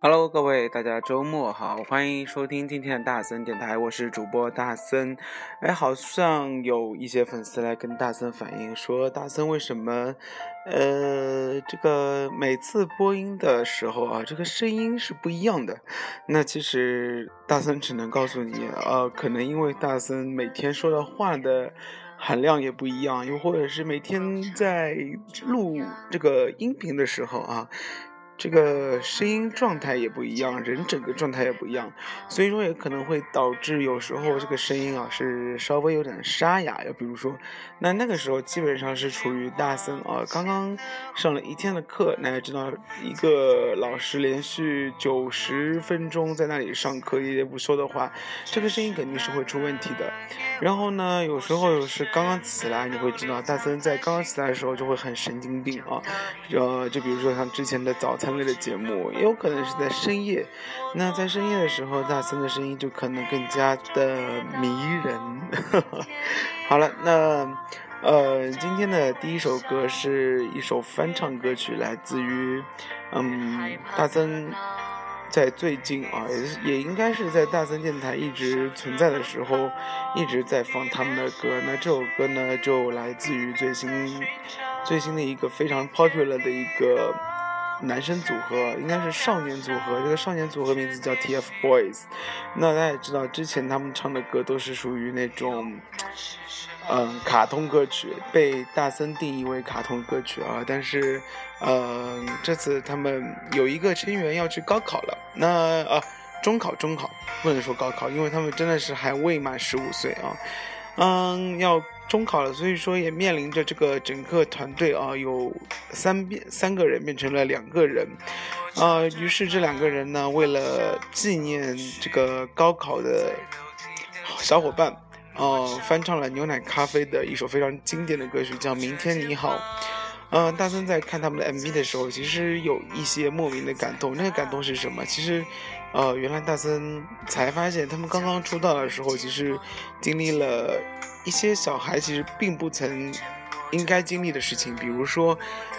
Hello，各位大家周末好，欢迎收听今天的大森电台，我是主播大森。好像有一些粉丝来跟大森反映说，大森为什么这个每次播音的时候啊，这个声音是不一样的。那其实大森只能告诉你，可能因为大森每天说的话的含量也不一样，又或者是每天在录这个音频的时候啊，这个声音状态也不一样，人整个状态也不一样，所以说也可能会导致有时候这个声音啊是稍微有点沙哑。比如说那个时候基本上是处于大森啊刚刚上了一天的课，那也知道一个老师连续90分钟在那里上课也不说的话，这个声音肯定是会出问题的。然后呢，有时候是刚刚起来，你会知道大森在刚刚起来的时候就会很神经病啊，就比如说像之前的早餐类的节目，也有可能是在深夜。那在深夜的时候，大森的声音就可能更加的迷人。好了，那今天的第一首歌是一首翻唱歌曲，来自于大森在最近啊，也应该是在大森电台一直存在的时候，一直在放他们的歌。那这首歌呢，就来自于最新的一个非常 popular 的一个男生组合，应该是少年组合。这个少年组合名字叫 TFBOYS。那大家也知道，之前他们唱的歌都是属于那种卡通歌曲，被大森定义为卡通歌曲啊。但是这次他们有一个成员要去高考了，那中考不能说高考，因为他们真的是还未满15岁啊。要中考了，所以说也面临着这个整个团队啊，有三个人变成了2个人，于是这2个人呢，为了纪念这个高考的小伙伴，翻唱了牛奶咖啡的一首非常经典的歌曲，叫《明天你好》。大森在看他们的 MV 的时候，其实有一些莫名的感动。那个感动是什么？其实，原来大森才发现，他们刚刚出道的时候，其实经历了一些小孩其实并不曾应该经历的事情。比如说，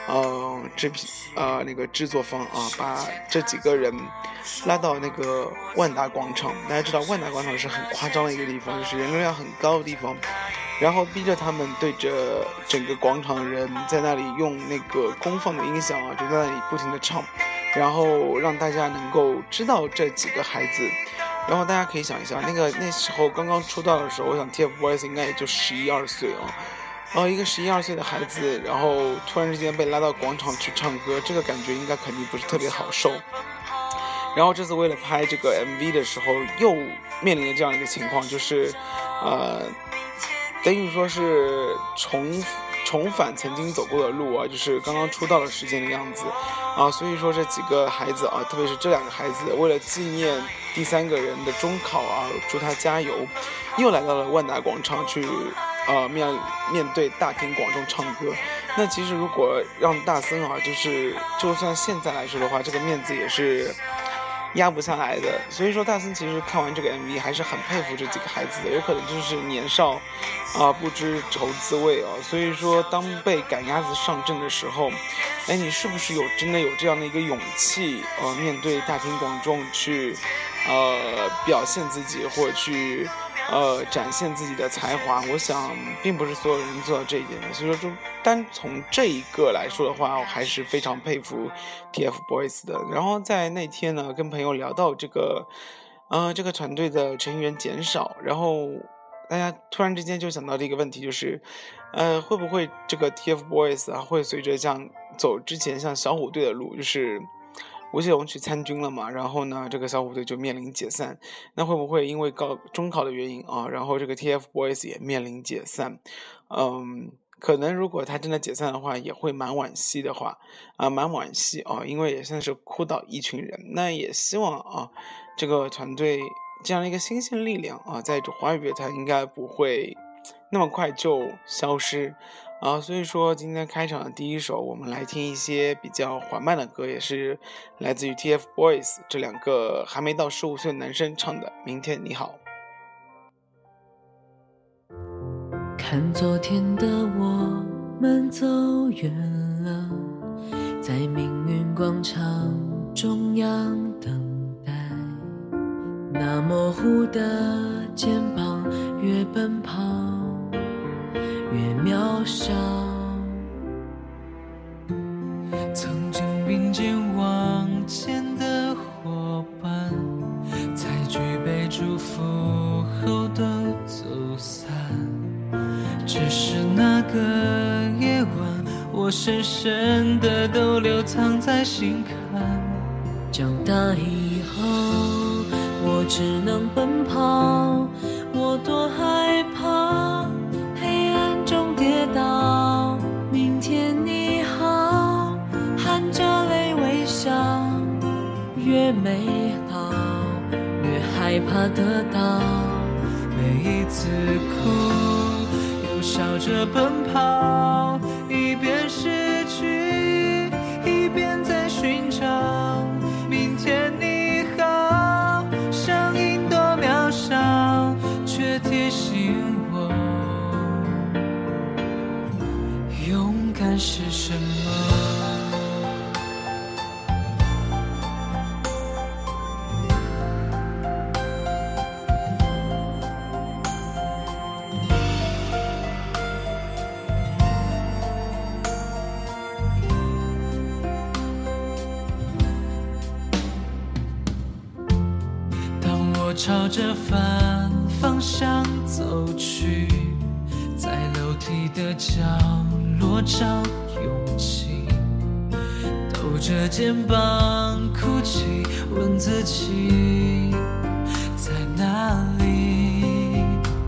那个制作方啊，把这几个人拉到那个万达广场。大家知道，万达广场是很夸张的一个地方，就是人流量很高的地方。然后逼着他们对着整个广场人在那里用那个公放的音响啊，就在那里不停的唱，然后让大家能够知道这几个孩子。然后大家可以想一下，那时候刚刚出道的时候，我想 TFBOYS 应该也就11、12岁啊。一个11、12岁的孩子，然后突然之间被拉到广场去唱歌，这个感觉应该肯定不是特别好受。然后这次为了拍这个 MV 的时候，又面临了这样一个情况，就是等于说是重返曾经走过的路啊，就是刚刚出道的时间的样子啊。所以说这几个孩子啊，特别是这2个孩子，为了纪念第3个人的中考啊，祝他加油，又来到了万达广场去面对大庭广众唱歌。那其实如果让大森啊，就算现在来说的话，这个面子也是压不下来的。所以说大森其实看完这个 MV 还是很佩服这几个孩子的，有可能就是年少不知愁滋味所以说当被赶鸭子上阵的时候，你是不是真的有这样的一个勇气面对大庭广众去表现自己，或者去展现自己的才华？我想并不是所有人做到这一点的。所以说就单从这一个来说的话，我还是非常佩服 TFBOYS 的。然后在那天呢，跟朋友聊到这个团队的成员减少，然后大家突然之间就想到这个问题，就是会不会这个 TFBOYS 会随着走之前像小虎队的路，就是吴奇隆去参军了嘛，然后呢这个小虎队就面临解散。那会不会因为中考的原因然后这个 TFBOYS 也面临解散？可能如果他真的解散的话，也会蛮惋惜的话蛮惋惜因为也算是哭倒一群人。那也希望这个团队这样的一个新鲜力量在华语乐坛应该不会那么快就消失所以说今天开场的第一首，我们来听一些比较缓慢的歌，也是来自于 TFBOYS 这2个还没到15岁的男生唱的《明天你好》。 看昨天的我们走远了，在命运广场中央等待，那模糊的肩膀，越奔跑越渺小。 曾经并肩往前的伙伴，在举杯祝福后都走散。只是那个夜晚，我深深的都留藏在心坎。 长大以后，我只能奔跑，我多害怕黑暗中跌倒。明天你好，含着泪微笑，越美好越害怕得到。 每一次哭，又笑着奔跑，一边失去，一边在寻找。明天你好，声音多渺小，却提醒我，勇敢是什么。朝着反方向走去，在楼梯的角落找勇气，抖着肩膀哭泣，问自己在哪里。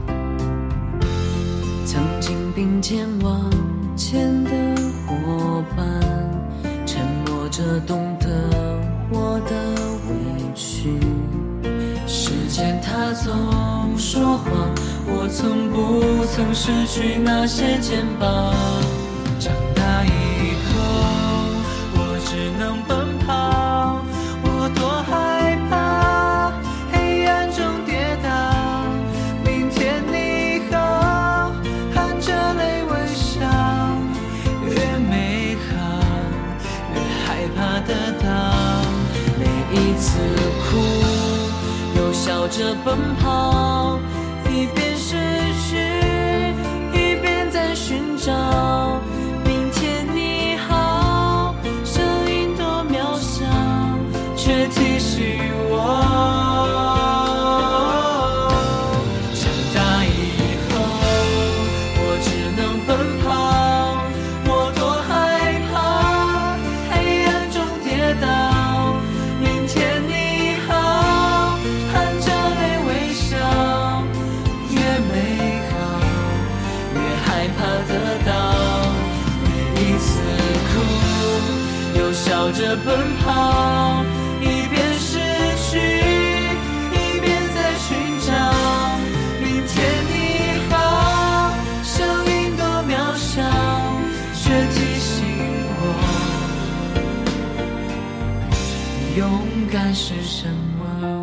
曾经并肩往前的伙伴，沉默着懂得我的委屈。时间它总说谎，我曾不曾失去那些肩膀。 长大以后，我只能奔跑，我多害怕黑暗中跌倒。明天你好，含着泪微笑，越美好越害怕得到。 每一次哭，又笑着奔跑，一边失去，一边在寻找。明天你好，声音多渺小，却提醒我， 长大以后，我只能奔跑，我多害怕黑暗中跌倒。明天你好，含着泪微笑，越美好越害怕得到。每一次哭，又笑着奔跑，一边失去，一边在寻找。明天你好，声音多渺小，却提醒我，勇敢是什么。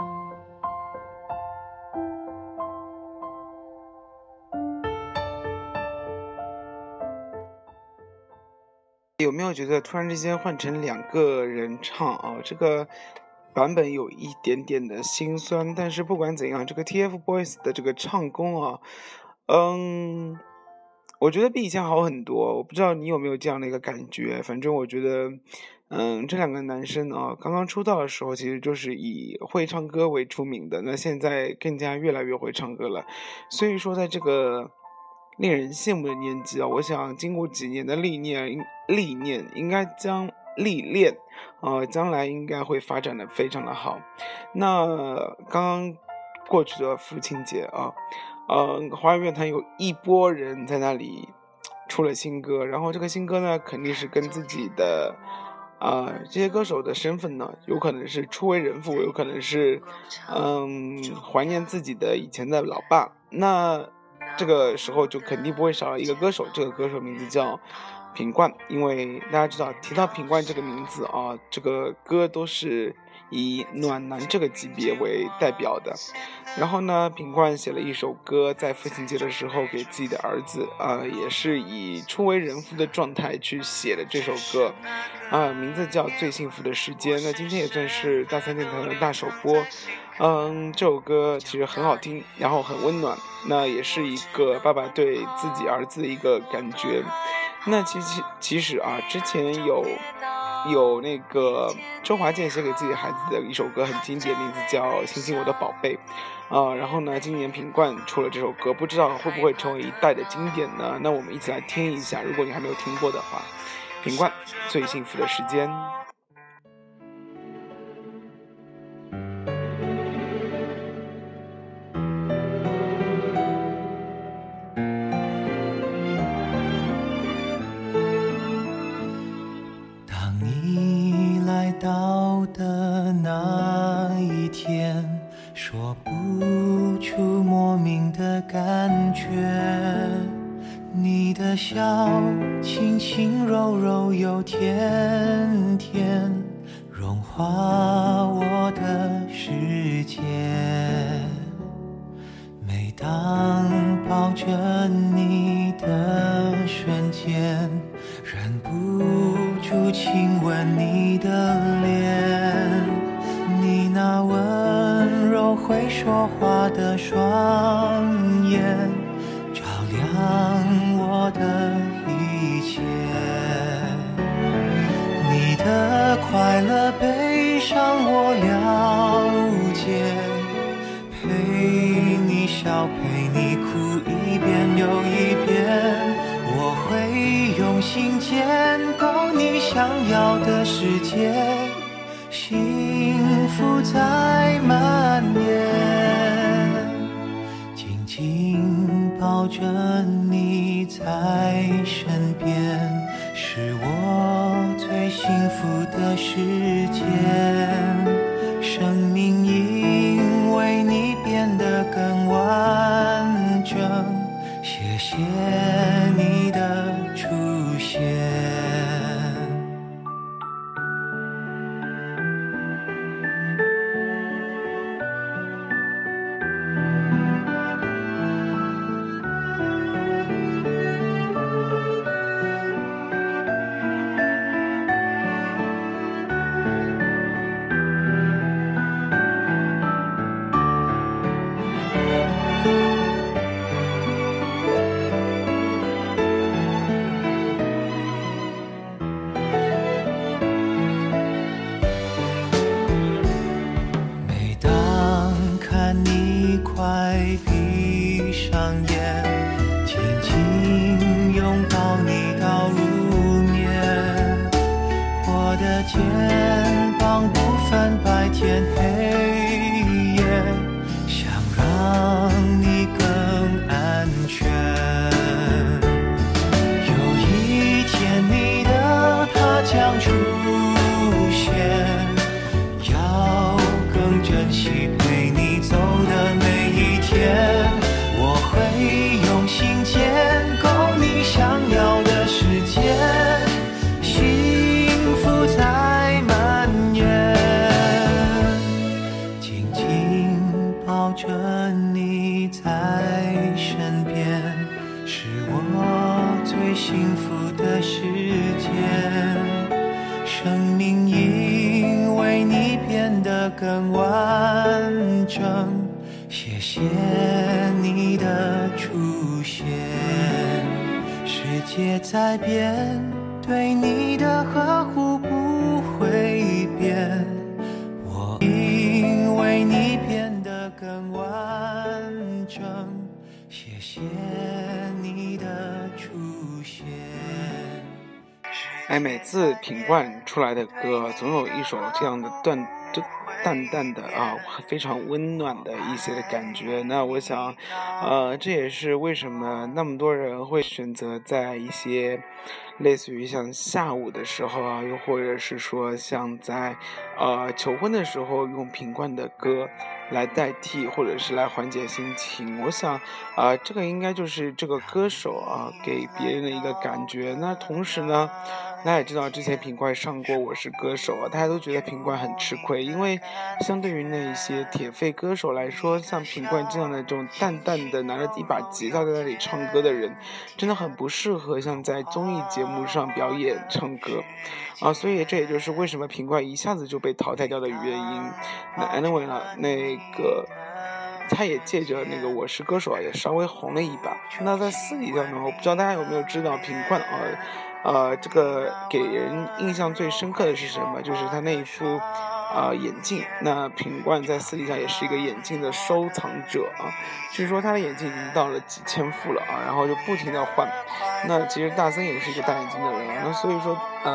有没有觉得突然之间换成两个人唱啊？这个版本有一点点的心酸，但是不管怎样，这个 TFBOYS 的这个唱功啊，我觉得比以前好很多。我不知道你有没有这样的一个感觉，反正我觉得，这两个男生啊，刚刚出道的时候其实就是以会唱歌为出名的，那现在更加越来越会唱歌了。所以说，在这个令人羡慕的年纪啊，我想经过几年的历练，应该将历练，将来应该会发展的非常的好。那刚刚过去的父亲节啊，华语乐坛有一波人在那里出了新歌，然后这个新歌呢，肯定是跟自己的这些歌手的身份呢，有可能是初为人父，有可能是怀念自己的以前的老爸。那这个时候就肯定不会少了一个歌手，这个歌手名字叫品冠。因为大家知道提到品冠这个名字啊，这个歌都是以暖男这个级别为代表的。然后呢，品冠写了一首歌，在父亲节的时候给自己的儿子，也是以初为人父的状态去写的这首歌，名字叫《最幸福的时间》。那今天也算是大三电台的大首播。这首歌其实很好听，然后很温暖，那也是一个爸爸对自己儿子的一个感觉。那其实之前有那个周华健写给自己孩子的一首歌很经典，名字叫《星星我的宝贝》然后呢，今年品冠出了这首歌，不知道会不会成为一代的经典呢？那我们一起来听一下，如果你还没有听过的话，品冠最幸福的时间。 到的那一天，说不出莫名的感觉，你的笑轻轻柔柔又甜甜，融化我的世界。每当抱着你的瞬间，忍不住亲吻你的脸，你那温柔会说话的双眼，照亮我的一切。你的快乐悲伤我了解，陪你笑陪你哭一遍又一遍，我会用心建构你想要的世界，幸福在蔓延，紧紧抱着你在身边，是我最幸福的时间。生命因为你变得更完整，谢谢你的出现。快闭上眼，紧紧拥抱你到入眠，我的肩膀不分白天黑夜，想让你更安全。有一天你的他将出现，要更珍惜陪你走的每一天，我会用心建构你想要的世界，幸福在蔓延，紧紧抱着你在身边，是我最幸福的时间。生命因为你变得更完整，谢谢你的出现。世界在变，对你的呵护不会变，我因为你变得更完整，谢谢你的出现。 每次品冠出来的歌总有一首这样的淡淡的非常温暖的一些的感觉。那我想这也是为什么那么多人会选择在一些类似于像下午的时候又或者是说像在求婚的时候用品冠的歌来代替或者是来缓解心情。我想这个应该就是这个歌手给别人的一个感觉。那同时呢，大家也知道之前品冠上过《我是歌手》大家都觉得品冠很吃亏，因为相对于那一些铁肺歌手来说，像品冠这样的这种淡淡的拿着一把吉他在那里唱歌的人，真的很不适合像在综艺节目上表演唱歌所以这也就是为什么品冠一下子就被淘汰掉的原因。那 anyway 呢，那个他也借着那个《我是歌手》也稍微红了一把。那在私底下呢，我不知道大家有没有知道品冠这个给人印象最深刻的是什么？就是他那一副眼镜。那品冠在私底下也是一个眼镜的收藏者据说他的眼镜已经到了几千副了然后就不停的换。那其实大森也是一个戴眼镜的人那所以说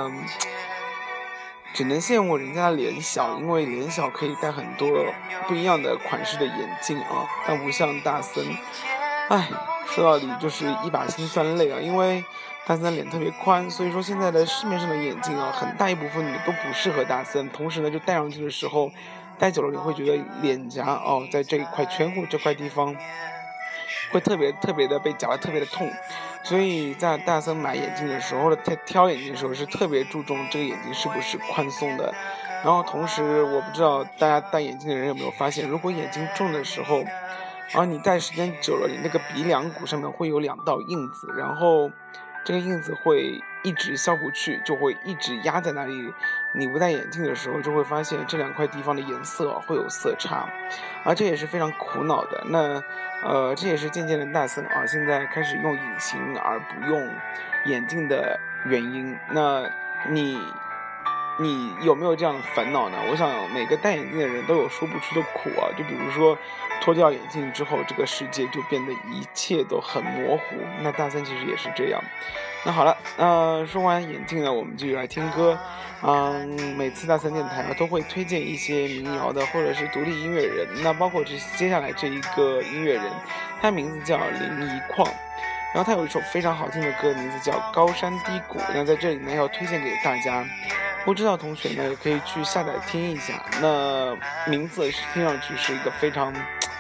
只能羡慕人家的脸小，因为脸小可以戴很多不一样的款式的眼镜但不像大森。说到底就是一把辛酸泪因为大森脸特别宽，所以说现在的市面上的眼镜很大一部分都不适合大森。同时呢，就戴上去的时候，戴久了你会觉得脸颊在这一块圈户这块地方会特别的被夹得特别的痛。所以在大森买眼镜的时候挑眼镜的时候是特别注重这个眼镜是不是宽松的。然后同时我不知道大家戴眼镜的人有没有发现，如果眼睛重的时候你戴时间久了，你那个鼻梁骨上面会有2道印子，然后这个印子会一直消不去，就会一直压在那里。你不戴眼镜的时候就会发现这2块地方的颜色会有色差这也是非常苦恼的。那这也是渐渐的大森现在开始用隐形而不用眼镜的原因。那你有没有这样的烦恼呢？我想每个戴眼镜的人都有说不出的苦就比如说脱掉眼镜之后，这个世界就变得一切都很模糊。那大森其实也是这样。那好了说完眼镜呢，我们就来听歌。每次大森电台都会推荐一些民谣的或者是独立音乐人。那包括接下来这一个音乐人，他名字叫林宜矿，然后他有一首非常好听的歌，名字叫《高山低谷》。那在这里呢，要推荐给大家，不知道同学呢也可以去下载听一下。那名字听上去是一个非常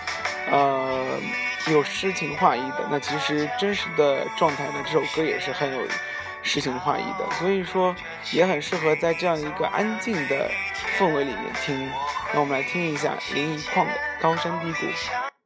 有诗情画意的，那其实真实的状态呢，这首歌也是很有诗情画意的，所以说也很适合在这样一个安静的氛围里面听。那我们来听一下林宜矿的《高山低谷》。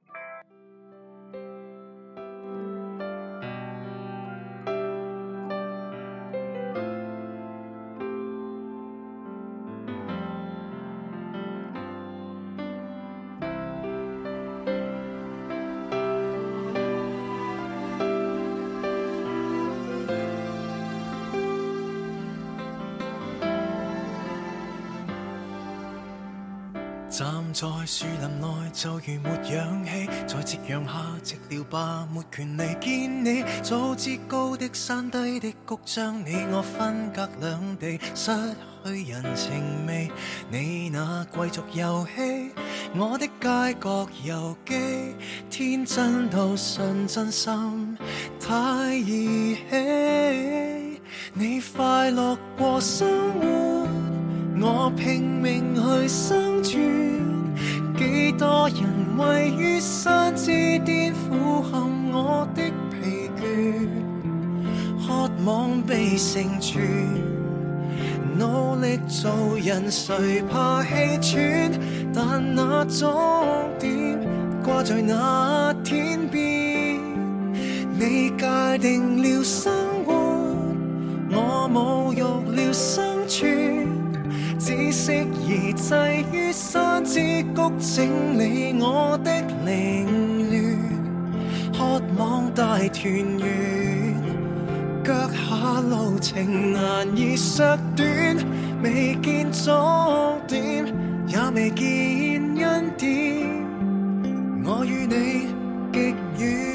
站在樹林內就如沒氧氣，在夕陽下寂寥吧，沒權利見你。早知高的山低的谷將你我分隔兩地，失去人情味。你那貴族遊戲，我的街角遊記，天真到信真心太兒戲。你快樂過生活，我拼命去生存。幾多人位於山之巔俯瞰我的疲倦，渴望被成全，努力做人誰怕氣喘，但那終點掛在那天邊。你界定了生活，我侮辱了生存，只適宜滯於山之谷，整理我的凌亂，渴望大團圓，腳下路程難以削短，未見終點，也未見恩典，我與你極遠。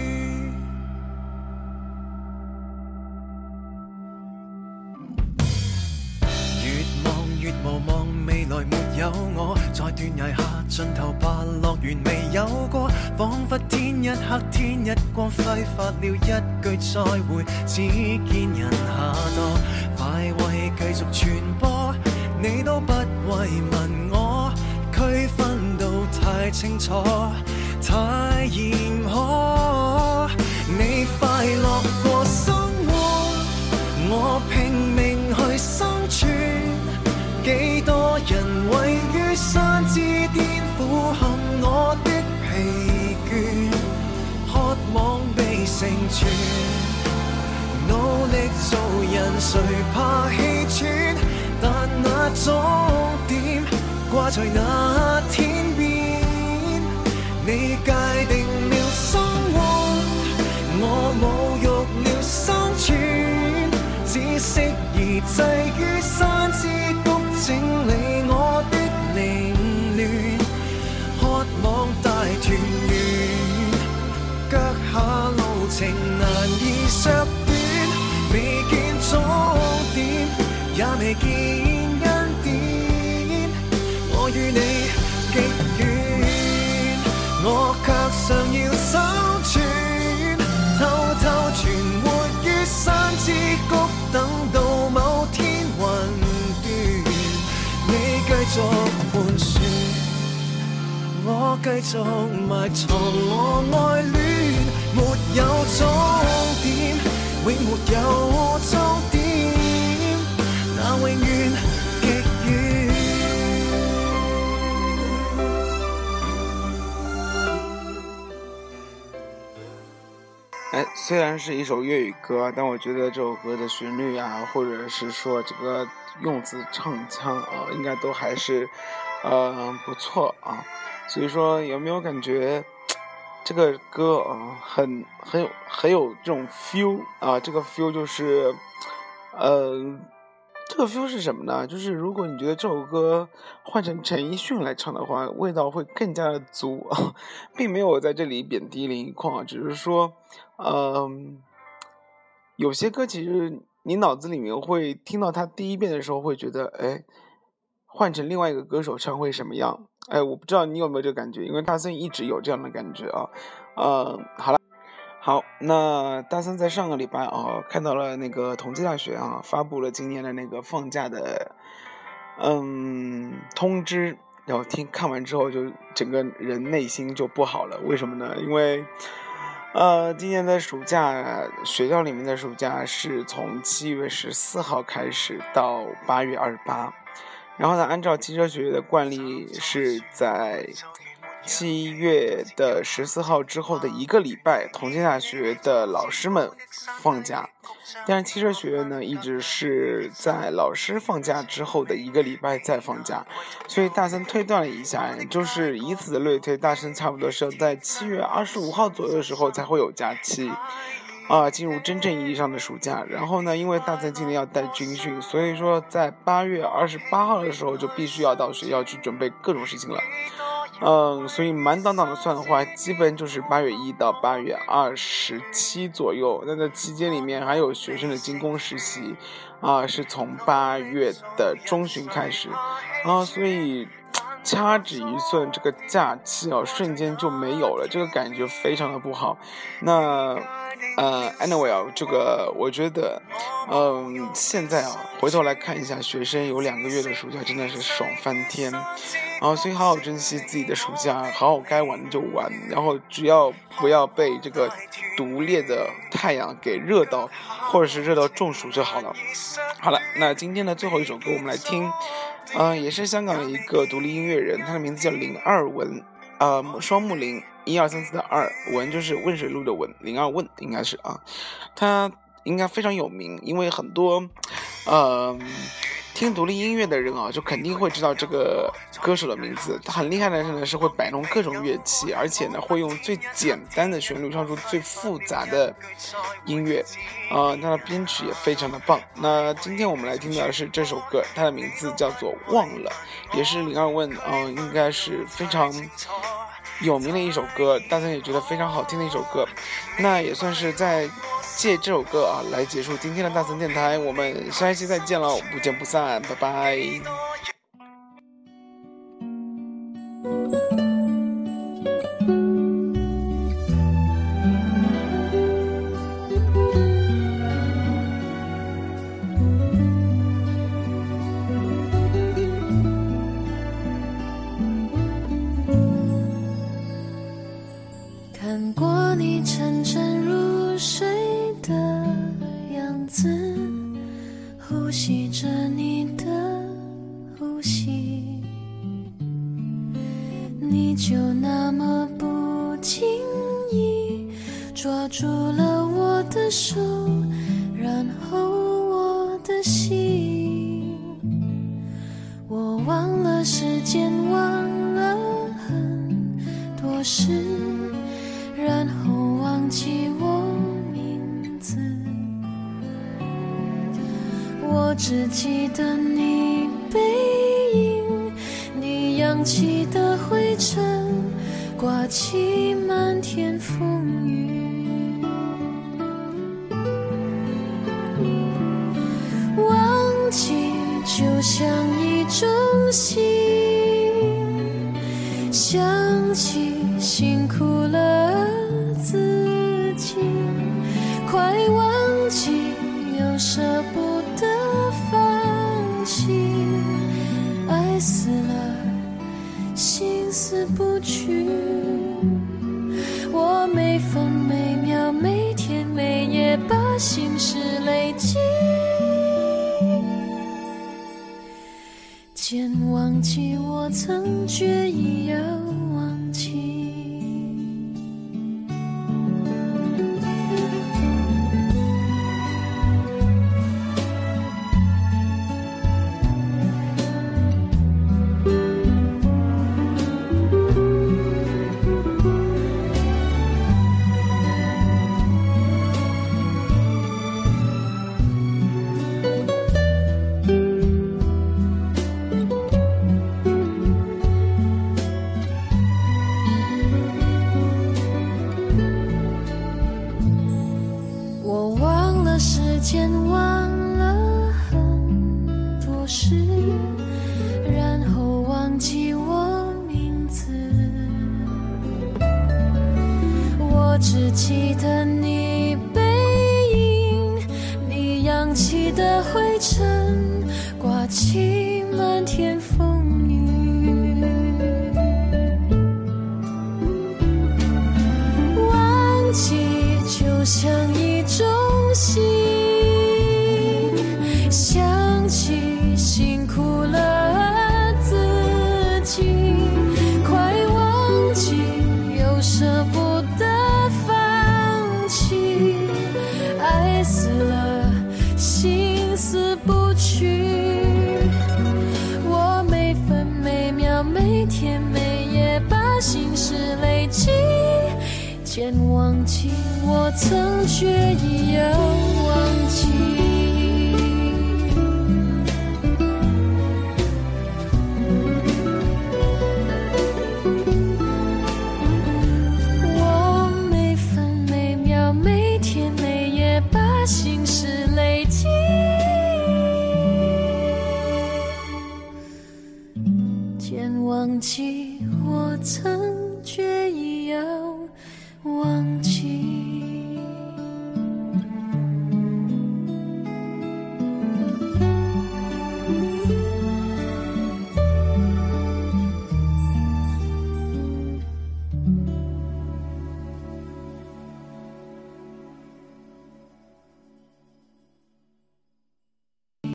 越無望未來沒有我，在斷崖下盡頭吧樂園未有過，彷彿天一黑天一光，揮發了一句再會，只見人下墮。快慰繼續傳播，你都不慰問我，區分到太太清楚，太嚴苛。你快樂過生活，我拼命去生存。幾多人位於山之巔，俯瞰我的疲倦，渴望被成全。努力做人，誰怕氣喘？但那終點掛在那天邊。你界定了生活，我侮辱了生存，只適宜滯於山之谷，整理我的凌亂，渴望大團圓。腳下路程難以削短，未見終點，也未見恩典。我與你極遠，我卻想要生存，偷偷存活於山之谷，等到某天雲斷，你繼續盤旋，我繼續埋藏我愛戀，沒有終點，永沒有終點，那永遠極遠。 虽然是一首粤语歌，但我觉得这首歌的旋律啊，或者是说这个用字唱腔啊，应该都还是不错啊。所以说有没有感觉这个歌啊很有这种 feel 啊？这个 feel 就是这个 feel 是什么呢？就是如果你觉得这首歌换成陈奕迅来唱的话，味道会更加的足啊，并没有在这里贬低林奕匡，只是说有些歌其实你脑子里面会听到它第一遍的时候会觉得，哎，换成另外一个歌手唱会什么样？哎，我不知道你有没有这个感觉，因为大森一直有这样的感觉啊。好，那大森在上个礼拜啊，看到了那个同济大学啊发布了今年的那个放假的通知，然后看完之后就整个人内心就不好了。为什么呢？因为今年的暑假，学校里面的暑假是从7月14号开始到8月28，然后呢，按照汽车学院的惯例是在7月的14号之后的一个礼拜，同济大学的老师们放假，但是汽车学院呢一直是在老师放假之后的一个礼拜再放假，所以大森推断了一下，就是以此的类推，大森差不多是在7月25号左右的时候才会有假期进入真正意义上的暑假。然后呢，因为大森今年要带军训，所以说在8月28号的时候就必须要到学校去准备各种事情了。所以满档的算的话，基本就是8月1到8月27左右。那在期间里面还有学生的精工实习是从8月的中旬开始所以掐指一算，这个假期瞬间就没有了，这个感觉非常的不好。那anyway 这个我觉得现在回头来看一下，学生有2个月的暑假真的是爽翻天所以好好珍惜自己的暑假，好好该玩就玩，然后只要不要被这个毒烈的太阳给热到，或者是热到中暑就好了。好了，那今天的最后一首歌我们来听也是香港的一个独立音乐人，他的名字叫林二文双木林1234的2，文就是温水路的文，林二问应该是他应该非常有名，因为很多听独立音乐的人就肯定会知道这个歌手的名字。他很厉害的人呢是会摆弄各种乐器，而且呢会用最简单的旋律唱出最复杂的音乐他的编曲也非常的棒。那今天我们来听到的是这首歌，它的名字叫做忘了，也是林二问应该是非常有名的一首歌，大家也觉得非常好听的一首歌。那也算是在借这首歌来结束今天的大森电台，我们下一期再见了，不见不散，拜拜。 呼吸着你的呼吸，你就那么不经意抓住了我的手，然后我的心，我忘了时间，忘了很多事，然后忘记我名字，我只记得你背影，你扬起的灰尘，刮起漫天风雨，忘记就像一种心，想起辛苦了自己，快忘记又舍不得放弃，爱死了心思不去，我每分每秒每天每夜把心事累积，渐忘记我曾决意要忘记。我忘了时间，忘了很多事，然后忘记我名字，我只记得你背影，你扬起的灰尘，刮起漫天风雨，忘记就像一种心，想起辛苦了自己，快忘记又舍不得放弃，爱死了心思不去，我每分每秒每天每夜把心事累积，渐忘记我曾决意要忘记，我每分每秒每天每夜把心事累积，渐忘记我曾决意要忘记。